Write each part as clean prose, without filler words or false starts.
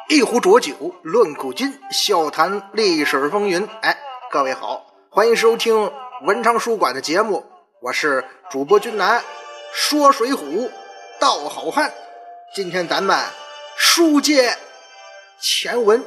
一壶浊酒论古今，笑谈历史风云。各位好，欢迎收听文昌书馆的节目，我是主播君南，说水浒道好汉。今天咱们书接前文。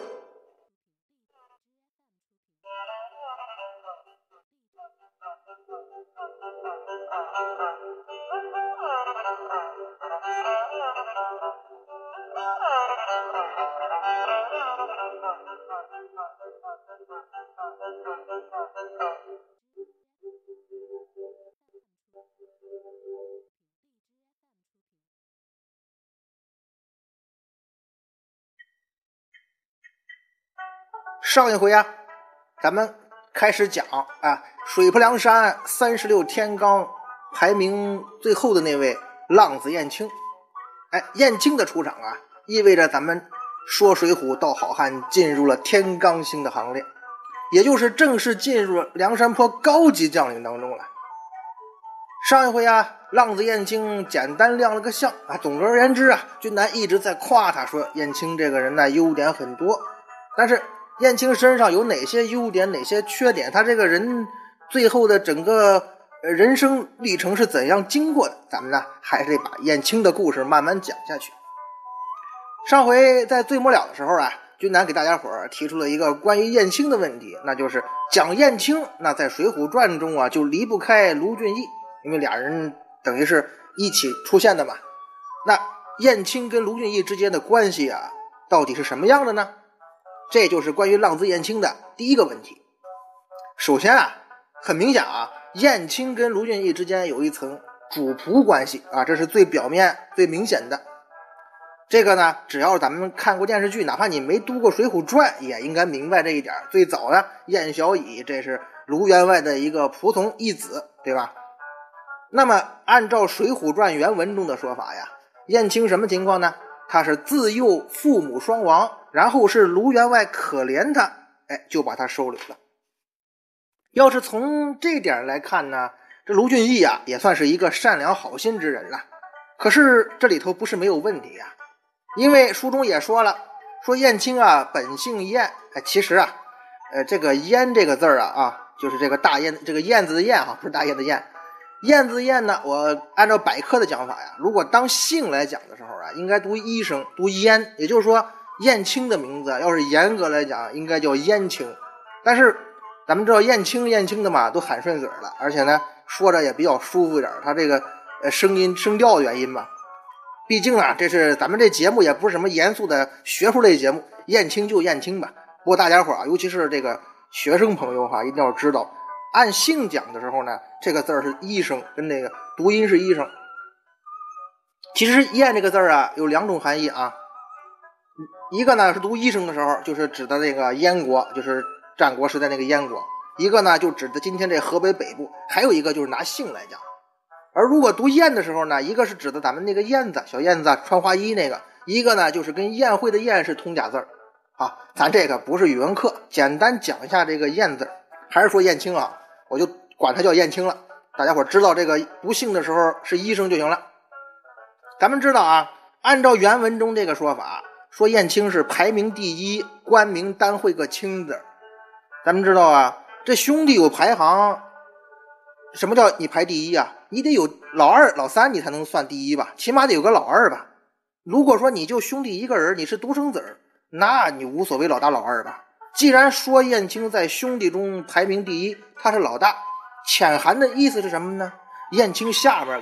上一回咱们开始讲水泊梁山36天罡排名最后的那位浪子燕青。燕青的出场意味着咱们说水浒道好汉进入了天罡星的行列，也就是正式进入了梁山泊高级将领当中了。上一回浪子燕青简单亮了个相总而言之君南一直在夸他，说燕青这个人优点很多，但是燕青身上有哪些优点哪些缺点，他这个人最后的整个人生历程是怎样经过的，咱们还是得把燕青的故事慢慢讲下去。上回在最末了的时候君南给大家伙提出了一个关于燕青的问题，那就是讲燕青，那在水浒传中就离不开卢俊义，因为俩人等于是一起出现的嘛。那燕青跟卢俊义之间的关系到底是什么样的呢？这就是关于浪子燕青的第一个问题。首先很明显燕青跟卢俊义之间有一层主仆关系这是最表面最明显的。这个呢，只要咱们看过电视剧，哪怕你没读过水浒传也应该明白这一点。最早燕小乙这是卢员外的一个仆从义子，对吧？那么按照水浒传原文中的说法燕青什么情况呢？他是自幼父母双亡，然后是卢员外可怜他就把他收留了。要是从这点来看呢，这卢俊义也算是一个善良好心之人了。可是这里头不是没有问题因为书中也说了，说燕青本姓燕，其实这个燕这个字就是这个大燕，这个燕字的燕不是大雁的燕。燕字燕呢，我按照百科的讲法如果当姓来讲的时候应该读一声，读燕，也就是说燕青的名字要是严格来讲应该叫燕青。但是咱们知道燕青的嘛都喊顺嘴了，而且呢说着也比较舒服一点，他这个声音声调的原因嘛。毕竟这是咱们这节目也不是什么严肃的学术类节目，燕青就燕青吧。不过大家伙尤其是这个学生朋友一定要知道，按姓讲的时候呢，这个字是一声，跟那个读音是一声。其实燕这个字有两种含义一个呢是读一声的时候，就是指的那个燕国，就是战国时代那个燕国；一个呢就指的今天这河北北部；还有一个就是拿姓来讲。而如果读燕的时候呢，一个是指的咱们那个燕子，小燕子穿花衣那个；一个呢就是跟宴会的宴是通假字咱这个不是语文课，简单讲一下这个燕字，还是说燕青我就管它叫燕青了。大家伙知道这个读姓的时候是一声就行了。咱们知道按照原文中这个说法，说燕青是排名第一，官名单会个青字。咱们知道这兄弟有排行，什么叫你排第一你得有老二老三你才能算第一吧，起码得有个老二吧。如果说你就兄弟一个人，你是独生子，那你无所谓老大老二吧。既然说燕青在兄弟中排名第一，他是老大，潜含的意思是什么呢？燕青下边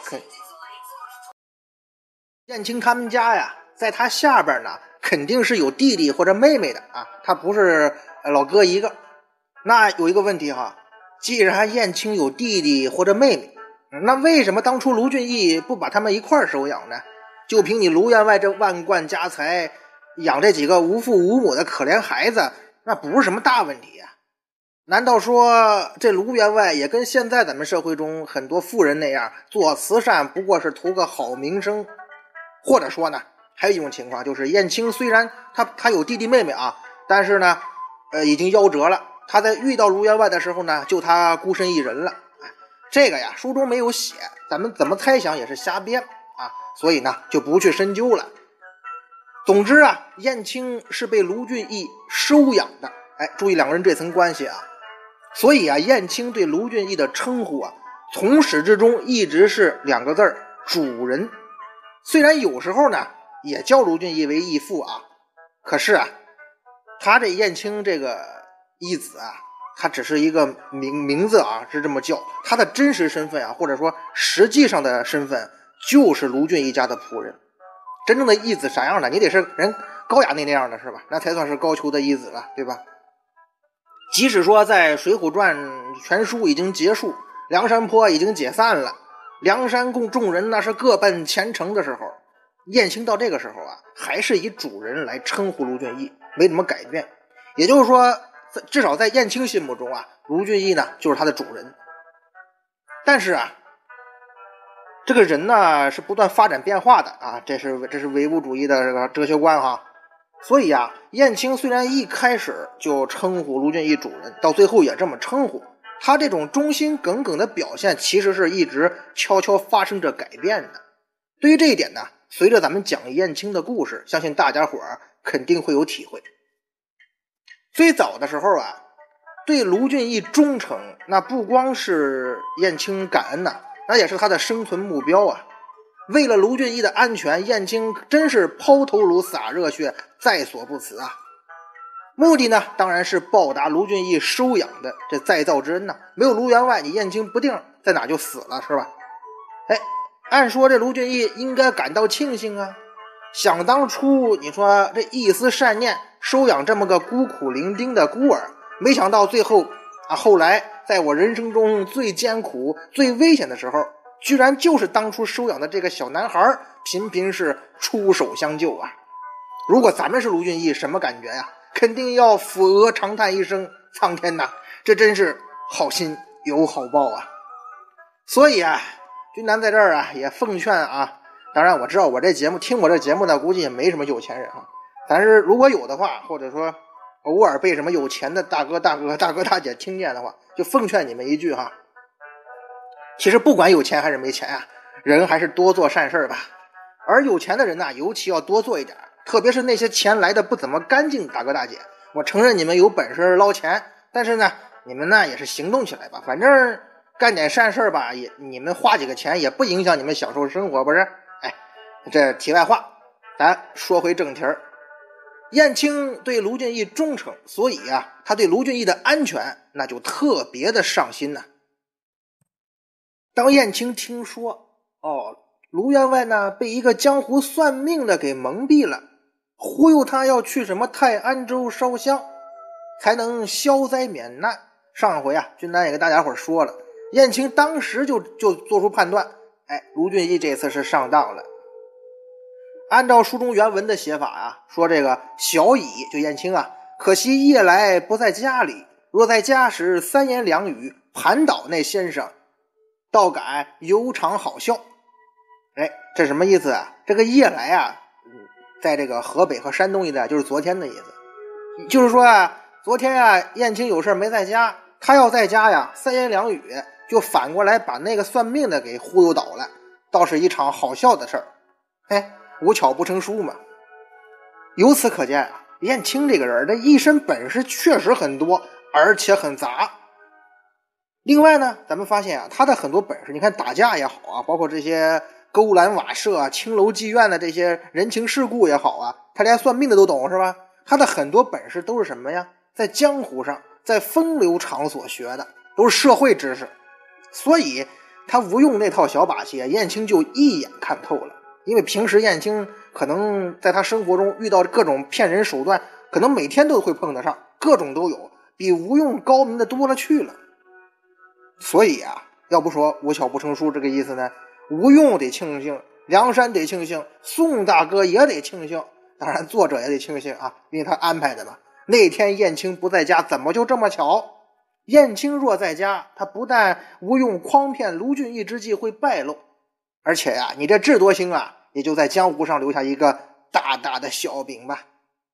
燕青他们家在他下边呢肯定是有弟弟或者妹妹的他不是老哥一个。那有一个问题既然燕青有弟弟或者妹妹，那为什么当初卢俊义不把他们一块收养呢？就凭你卢员外这万贯家财，养这几个无父无母的可怜孩子，那不是什么大问题难道说这卢员外也跟现在咱们社会中很多富人那样，做慈善不过是图个好名声？或者说呢，还有一种情况，就是燕青虽然他有弟弟妹妹但是呢已经夭折了，他在遇到卢员外的时候呢就他孤身一人了。这个书中没有写，咱们怎么猜想也是瞎编所以呢就不去深究了。 总之啊，燕青是被卢俊义收养的。注意两个人这层关系啊。所以啊，燕青对卢俊义的称呼啊，从始至终一直是2个字主人。虽然有时候呢也叫卢俊义为义父啊，可是啊，他这燕青这个义子啊，他只是一个名字啊，是这么叫，他的真实身份啊，或者说实际上的身份就是卢俊义家的仆人。真正的义子啥样的？你得是人高雅那样的是吧？那才算是高俅的义子了，对吧？即使说在《水浒传》全书已经结束，梁山泊已经解散了，梁山共众人那是各奔前程的时候，燕青到这个时候啊，还是以主人来称呼卢俊义，没怎么改变。也就是说，至少在燕青心目中啊，卢俊义呢就是他的主人。但是啊，这个人呢是不断发展变化的啊，这是唯物主义的这个哲学观哈。所以啊，燕青虽然一开始就称呼卢俊义主人，到最后也这么称呼，他这种忠心耿耿的表现其实是一直悄悄发生着改变的。对于这一点呢，随着咱们讲燕青的故事，相信大家伙肯定会有体会。最早的时候啊，对卢俊义忠诚，那不光是燕青感恩呐，那也是他的生存目标啊。为了卢俊义的安全，燕青真是抛头颅洒热血，在所不辞啊。目的呢，当然是报答卢俊义收养的这再造之恩呐。没有卢员外，你燕青不定在哪就死了，是吧？按说这卢俊义应该感到庆幸啊。想当初你说这一丝善念收养这么个孤苦伶仃的孤儿，没想到最后啊，后来在我人生中最艰苦最危险的时候，居然就是当初收养的这个小男孩频频是出手相救啊。如果咱们是卢俊义，什么感觉呀？肯定要抚额长叹一声，苍天呐，这真是好心有好报啊。所以啊，君南在这儿啊也奉劝啊，当然我知道我这节目听我这节目呢，估计也没什么有钱人啊，但是如果有的话，或者说偶尔被什么有钱的大哥大姐听见的话，就奉劝你们一句哈，其实不管有钱还是没钱啊，人还是多做善事吧。而有钱的人呢，尤其要多做一点，特别是那些钱来的不怎么干净大哥大姐，我承认你们有本事捞钱，但是呢，你们呢也是行动起来吧，反正干点善事吧，也你们花几个钱也不影响你们享受生活，不是？这题外话，咱说回正题儿。燕青对卢俊义忠诚，所以啊，他对卢俊义的安全那就特别的上心呐。当燕青听说卢员外呢被一个江湖算命的给蒙蔽了，忽悠他要去什么泰安州烧香才能消灾免难。上回啊，君南也跟大家伙说了，燕青当时就做出判断，卢俊义这次是上当了。按照书中原文的写法啊，说这个小乙就燕青啊，可惜夜来不在家里，若在家时3言2语盘倒那先生，倒感悠长好笑。这什么意思啊？这个夜来啊，在这个河北和山东一带就是昨天的意思。就是说啊，昨天啊，燕青有事没在家，他要在家呀，3言2语就反过来把那个算命的给忽悠倒了，倒是一场好笑的事儿。无巧不成书嘛。由此可见啊，燕青这个人的一身本事确实很多，而且很杂。另外呢，咱们发现啊，他的很多本事，你看打架也好啊，包括这些勾栏瓦舍啊、青楼妓院的这些人情世故也好啊，他连算命的都懂，是吧？他的很多本事都是什么呀？在江湖上，在风流场所学的，都是社会知识。所以他吴用那套小把戏，燕青就一眼看透了。因为平时燕青可能在他生活中遇到各种骗人手段，可能每天都会碰得上，各种都有，比吴用高明的多了去了。所以啊，要不说无巧不成书这个意思呢，吴用得庆幸，梁山得庆幸，宋大哥也得庆幸，当然作者也得庆幸啊，因为他安排的嘛。那天燕青不在家，怎么就这么巧？燕青若在家，他不但吴用诓骗卢俊义之计会败露，而且呀，你这智多星啊，也就在江湖上留下一个大大的笑柄吧。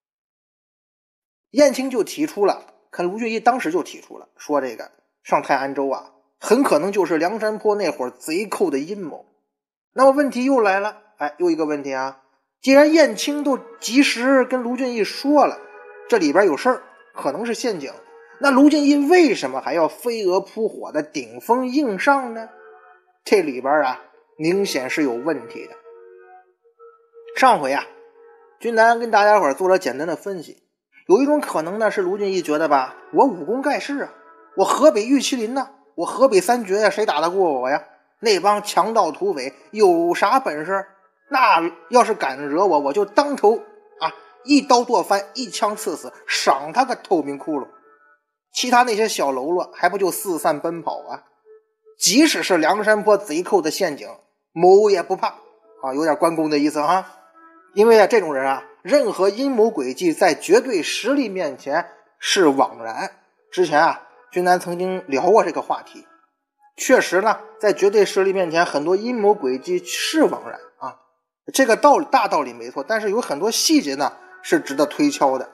燕青就提出了，看卢俊义当时就提出了，说这个上泰安州啊，很可能就是梁山泊那会儿贼寇的阴谋。那么问题又来了，又一个问题啊， 既然燕青都及时跟卢俊义说了这里边有事儿，可能是陷阱，那卢俊义为什么还要飞蛾扑火的顶风硬上呢？这里边啊明显是有问题的。上回啊君南跟大家伙做了简单的分析，有一种可能呢是卢俊义觉得吧，我武功盖世啊，我河北玉麒麟呢，我河北三绝呀，谁打得过我呀？那帮强盗土匪有啥本事？那要是敢惹我，我就当头一刀剁翻，一枪刺死，赏他个透明窟窿。其他那些小喽啰还不就四散奔跑啊？即使是梁山泊贼寇的陷阱，某也不怕有点关公的意思哈。因为这种人啊，任何阴谋诡计在绝对实力面前是枉然。之前君南曾经聊过这个话题，确实呢，在绝对实力面前，很多阴谋诡计是枉然这个大道理没错，但是有很多细节呢是值得推敲的。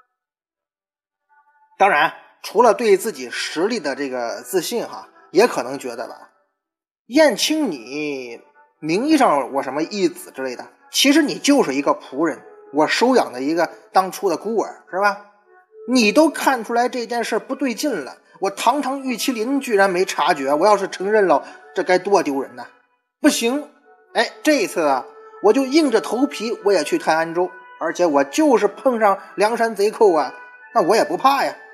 当然，除了对自己实力的这个自信也可能觉得吧，燕青你名义上我什么义子之类的，其实你就是一个仆人，我收养的一个当初的孤儿，是吧？你都看出来这件事不对劲了，我堂堂玉麒麟居然没察觉，我要是承认了，这该多丢人呐！不行，这一次我就硬着头皮我也去泰安州，而且我就是碰上梁山贼寇那我也不怕呀。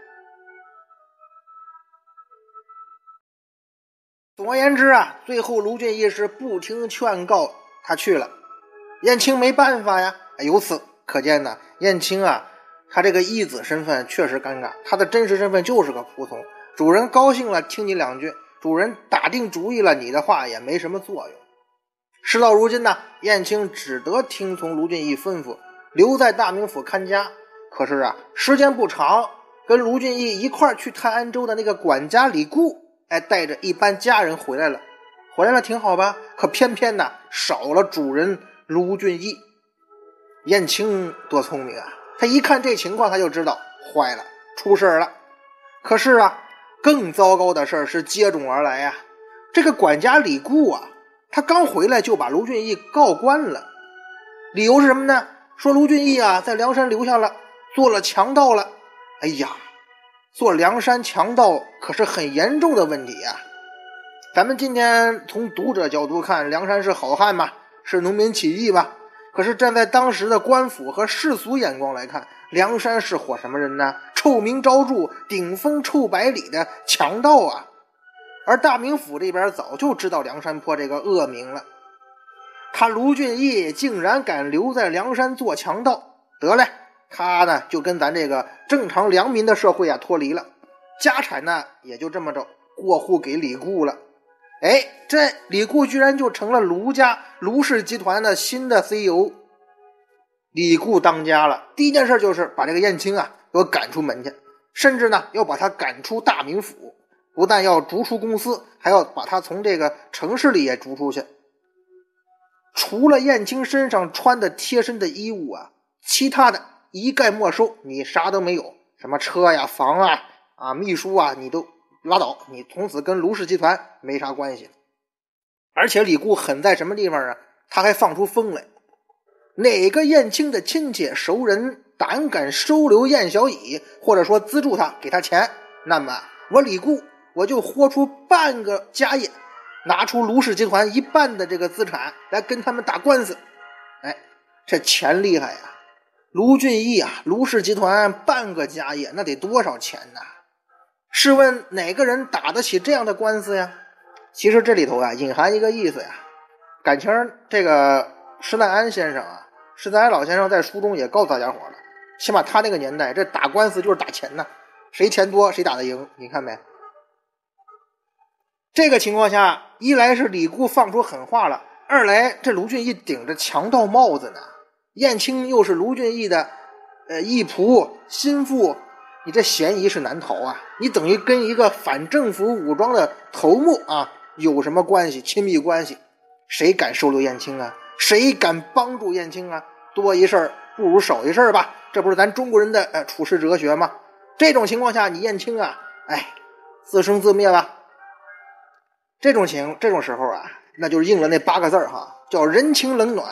总而言之最后卢俊义是不听劝告，他去了。燕青没办法呀，由此可见呢，燕青他这个义子身份确实尴尬，他的真实身份就是个仆从，主人高兴了听你两句，主人打定主意了，你的话也没什么作用。事到如今呢，燕青只得听从卢俊义吩咐，留在大名府看家。可是时间不长，跟卢俊义一块去泰安州的那个管家李固带着一班家人回来了挺好吧，可偏偏呢少了主人卢俊义。燕青多聪明他一看这情况，他就知道坏了，出事了。可是更糟糕的事是接踵而来这个管家李固他刚回来就把卢俊义告官了。理由是什么呢？说卢俊义在梁山留下了，做了强盗了。哎呀，做梁山强盗可是很严重的问题咱们今天从读者角度看，梁山是好汉嘛，是农民起义吧。可是站在当时的官府和世俗眼光来看，梁山是伙什么人呢？臭名昭著、顶风臭百里的强盗而大名府这边早就知道梁山泊这个恶名了，他卢俊义竟然敢留在梁山做强盗，得嘞，他呢就跟咱这个正常良民的社会脱离了，家产呢也就这么着过户给李固了。这李固居然就成了卢氏集团的新的 CEO。 李固当家了，第一件事就是把这个燕青要赶出门去，甚至呢要把他赶出大名府，不但要逐出公司，还要把他从这个城市里也逐出去。除了燕青身上穿的贴身的衣物其他的一概没收，你啥都没有，什么车呀、房秘书你都拉倒，你从此跟卢氏集团没啥关系。而且李固狠在什么地方他还放出风来，哪个燕青的亲戚熟人胆敢收留燕小乙，或者说资助他给他钱，那么我李固我就豁出半个家业，拿出卢氏集团一半的这个资产来跟他们打官司。这钱厉害卢俊义卢氏集团半个家业那得多少钱试问哪个人打得起这样的官司呀？其实这里头隐含一个意思感情这个施耐庵先生施耐庵老先生在书中也告诉大家伙了，起码他那个年代这打官司就是打钱谁钱多谁打得赢，你看没？这个情况下，一来是李固放出狠话了，二来这卢俊义顶着强盗帽子呢，燕青又是卢俊义的义仆心腹，你这嫌疑是难逃你等于跟一个反政府武装的头目有什么关系？亲密关系？谁敢收留燕青谁敢帮助燕青多一事不如少一事吧，这不是咱中国人的处世哲学吗？这种情况下，你燕青自生自灭吧。这种时候那就是应了那8个字叫人情冷暖，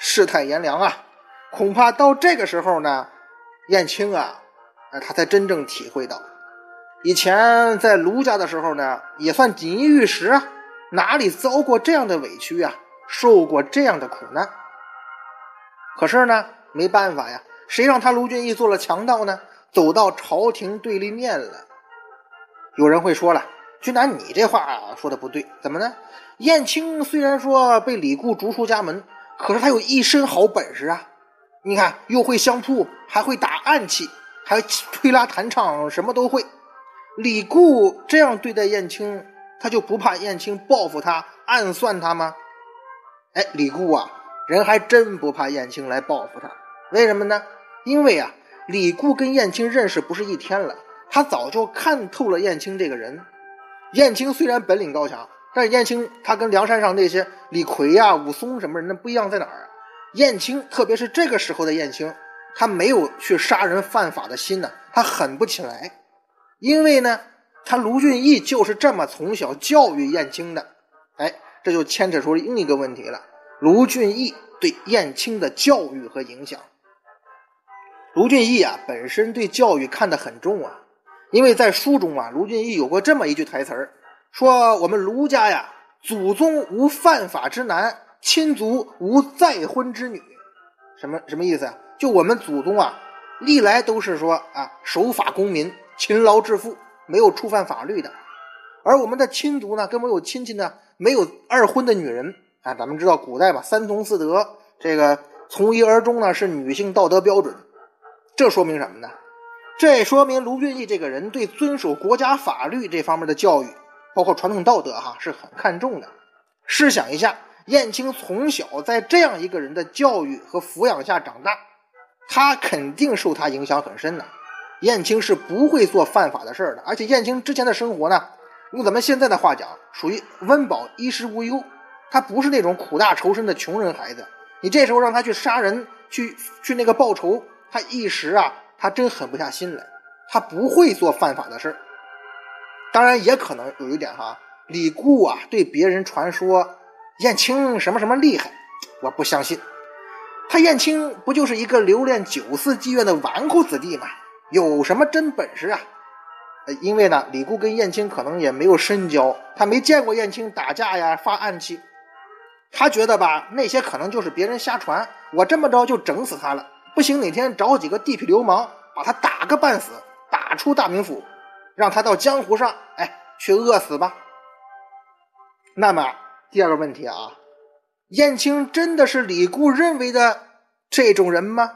世态炎凉啊。恐怕到这个时候呢，燕青啊，他才真正体会到，以前在卢家的时候呢，也算锦衣玉食啊，哪里遭过这样的委屈啊，受过这样的苦难。可是呢，没办法呀，谁让他卢俊义做了强盗呢？走到朝廷对立面了。有人会说了，君南你这话说的不对，怎么呢？燕青虽然说被李固逐出家门，可是他有一身好本事啊。你看，又会相扑，还会打暗器，还吹拉弹唱，什么都会。李固这样对待燕青，他就不怕燕青报复他，暗算他吗？李固啊，人还真不怕燕青来报复他。为什么呢？因为啊，李固跟燕青认识不是一天了，他早就看透了燕青这个人。燕青虽然本领高强，但是燕青他跟梁山上那些李逵啊、武松什么人不一样在哪儿啊？燕青，特别是这个时候的燕青，他没有去杀人犯法的心呢，他狠不起来。因为呢，他卢俊义就是这么从小教育燕青的。这就牵扯出另一个问题了，卢俊义对燕青的教育和影响。卢俊义啊，本身对教育看得很重啊，因为在书中啊，卢俊义有过这么一句台词，说我们卢家呀，祖宗无犯法之男，亲族无再婚之女。什么意思啊？就我们祖宗啊，历来都是说啊，守法公民，勤劳致富，没有触犯法律的。而我们的亲族呢，跟我有亲戚呢，没有二婚的女人啊。咱们知道古代嘛，三从四德，这个从一而终呢，是女性道德标准。这说明什么呢？这说明卢俊义这个人对遵守国家法律这方面的教育，包括传统道德是很看重的。试想一下，燕青从小在这样一个人的教育和抚养下长大，他肯定受他影响很深的。燕青是不会做犯法的事的，而且燕青之前的生活呢，用咱们现在的话讲，属于温饱衣食无忧，他不是那种苦大仇深的穷人孩子。你这时候让他去杀人，去那个报仇，他一时他真狠不下心来，他不会做犯法的事。当然也可能有一点李固对别人传说燕青什么什么厉害，我不相信。他燕青不就是一个留恋9寺妓院的纨绔子弟吗？有什么真本事啊？因为呢，李固跟燕青可能也没有深交，他没见过燕青打架呀、发暗器，他觉得那些可能就是别人瞎传，我这么着就整死他了。不行，哪天找几个地痞流氓把他打个半死，打出大名府，让他到江湖上去饿死吧。那么第二个问题燕青真的是李固认为的这种人吗？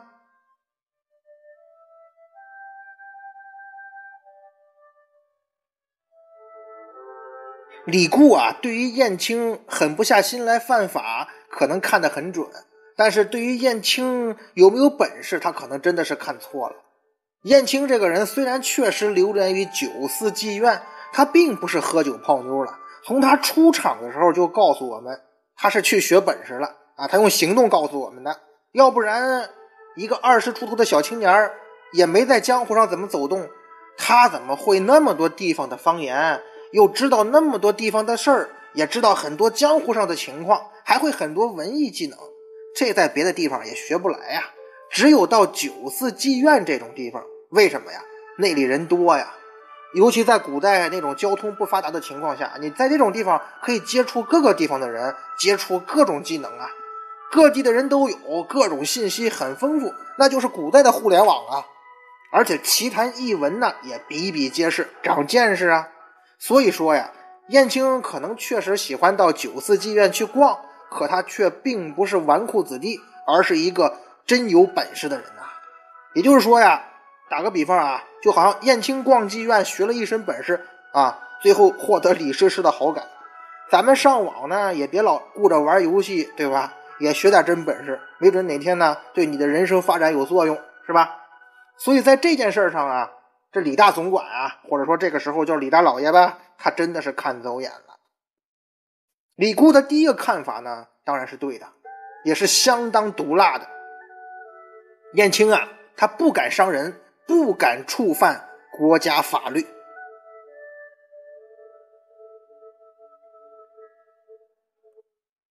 李固对于燕青狠不下心来犯法，可能看得很准，但是对于燕青有没有本事，他可能真的是看错了。燕青这个人虽然确实流连于9寺妓院，他并不是喝酒泡妞了。从他出场的时候就告诉我们，他是去学本事了他用行动告诉我们的。要不然一个20出头的小青年也没在江湖上怎么走动，他怎么会那么多地方的方言，又知道那么多地方的事儿，也知道很多江湖上的情况，还会很多文艺技能，这在别的地方也学不来只有到9寺妓院这种地方。为什么呀？那里人多呀，尤其在古代那种交通不发达的情况下，你在这种地方可以接触各个地方的人，接触各种技能各地的人都有，各种信息很丰富，那就是古代的互联网而且奇谈异闻也比比皆是，长见识所以说呀，燕青可能确实喜欢到9寺妓院去逛，可他却并不是纨绔子弟，而是一个真有本事的人也就是说呀，打个比方就好像燕青逛妓院学了一身本事最后获得李师师的好感。咱们上网呢也别老顾着玩游戏，对吧？也学点真本事，没准哪天呢对你的人生发展有作用，是吧？所以在这件事上这李大总管或者说这个时候叫李大老爷吧，他真的是看走眼了。李固的第一个看法呢，当然是对的，也是相当毒辣的。燕青他不敢伤人，不敢触犯国家法律。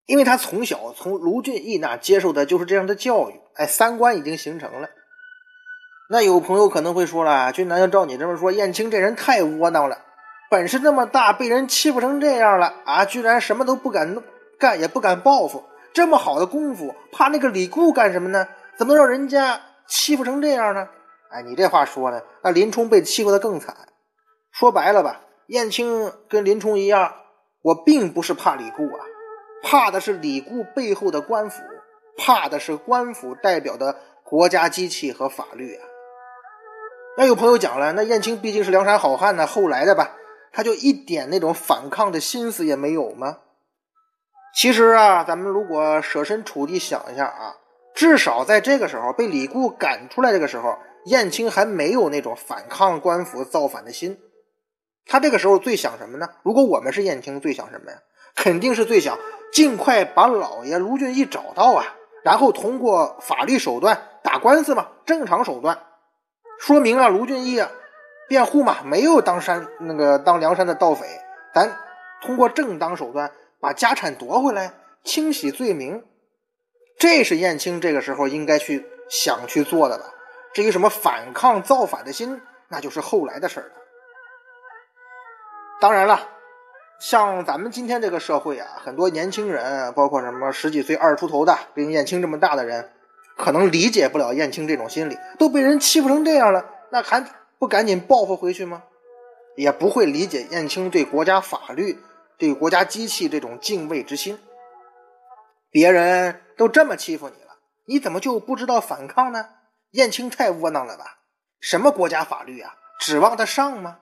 因为他从小从卢俊义那接受的就是这样的教育，三观已经形成了。那有朋友可能会说了，君南要照你这么说，燕青这人太窝囊了，本事那么大，被人欺负成这样了啊，居然什么都不敢干，也不敢报复，这么好的功夫，怕那个李固干什么呢？怎么能让人家欺负成这样呢？你这话说呢，那林冲被欺负得更惨。说白了吧，燕青跟林冲一样，我并不是怕李固啊，怕的是李固背后的官府，怕的是官府代表的国家机器和法律啊。那有朋友讲了，那燕青毕竟是梁山好汉呢，后来的吧，他就一点那种反抗的心思也没有吗？其实啊，咱们如果设身处地想一下啊，至少在这个时候被李固赶出来，这个时候燕青还没有那种反抗官府造反的心。他这个时候最想什么呢？如果我们是燕青，最想什么呀？肯定是最想尽快把老爷卢俊义找到啊，然后通过法律手段打官司嘛，正常手段说明啊，卢俊义啊辩护嘛，没有当梁山的盗匪，咱通过正当手段把家产夺回来，清洗罪名，这是燕青这个时候应该想去做的了。至于什么反抗造反的心，那就是后来的事了。当然了，像咱们今天这个社会啊，很多年轻人，包括什么10几岁20出头的，跟燕青这么大的人，可能理解不了燕青这种心理，都被人欺负成这样了，那还不赶紧报复回去吗？也不会理解燕青对国家法律、对国家机器这种敬畏之心。别人都这么欺负你了，你怎么就不知道反抗呢？燕青太窝囊了吧？什么国家法律啊，指望得上吗？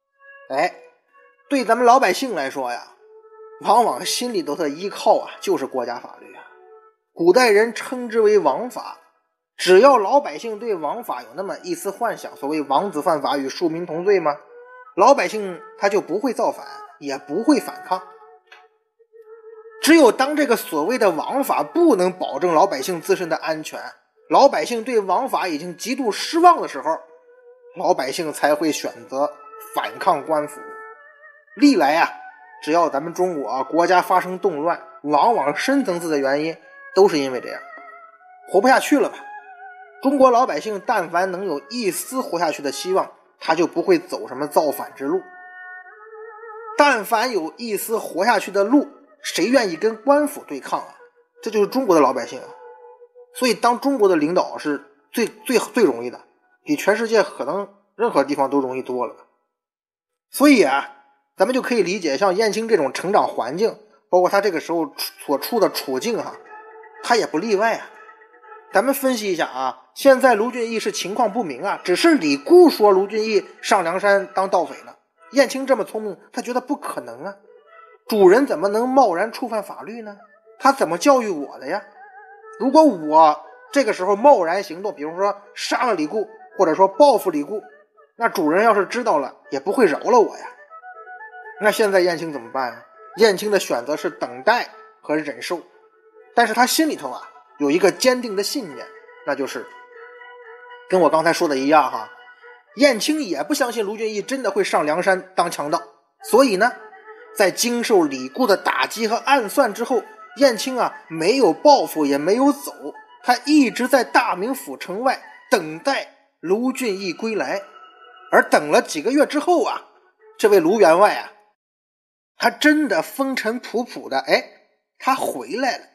对咱们老百姓来说呀，往往心里头的依靠啊，就是国家法律啊。古代人称之为王法，只要老百姓对王法有那么一丝幻想，所谓王子犯法与庶民同罪吗？老百姓他就不会造反，也不会反抗。只有当这个所谓的王法不能保证老百姓自身的安全，老百姓对王法已经极度失望的时候，老百姓才会选择反抗官府。历来啊，只要咱们中国国家发生动乱，往往深层次的原因都是因为这样，活不下去了吧。中国老百姓但凡能有一丝活下去的希望，他就不会走什么造反之路。但凡有一丝活下去的路，谁愿意跟官府对抗啊？这就是中国的老百姓啊。所以当中国的领导是最容易的，比全世界可能任何地方都容易多了。所以啊，咱们就可以理解，像燕青这种成长环境，包括他这个时候所处的处境他也不例外啊。咱们分析一下啊，现在卢俊义是情况不明啊，只是李固说卢俊义上梁山当盗匪了。燕青这么聪明，他觉得不可能啊，主人怎么能贸然触犯法律呢？他怎么教育我的呀？如果我这个时候贸然行动，比如说杀了李固，或者说报复李固，那主人要是知道了，也不会饶了我呀。那现在燕青怎么办啊？燕青的选择是等待和忍受，但是他心里头有一个坚定的信念，那就是跟我刚才说的一样燕青也不相信卢俊义真的会上梁山当强盗，所以呢，在经受李固的打击和暗算之后，燕青没有报复也没有走，他一直在大名府城外等待卢俊义归来。而等了几个月之后这位卢员外他真的风尘仆仆的他回来了。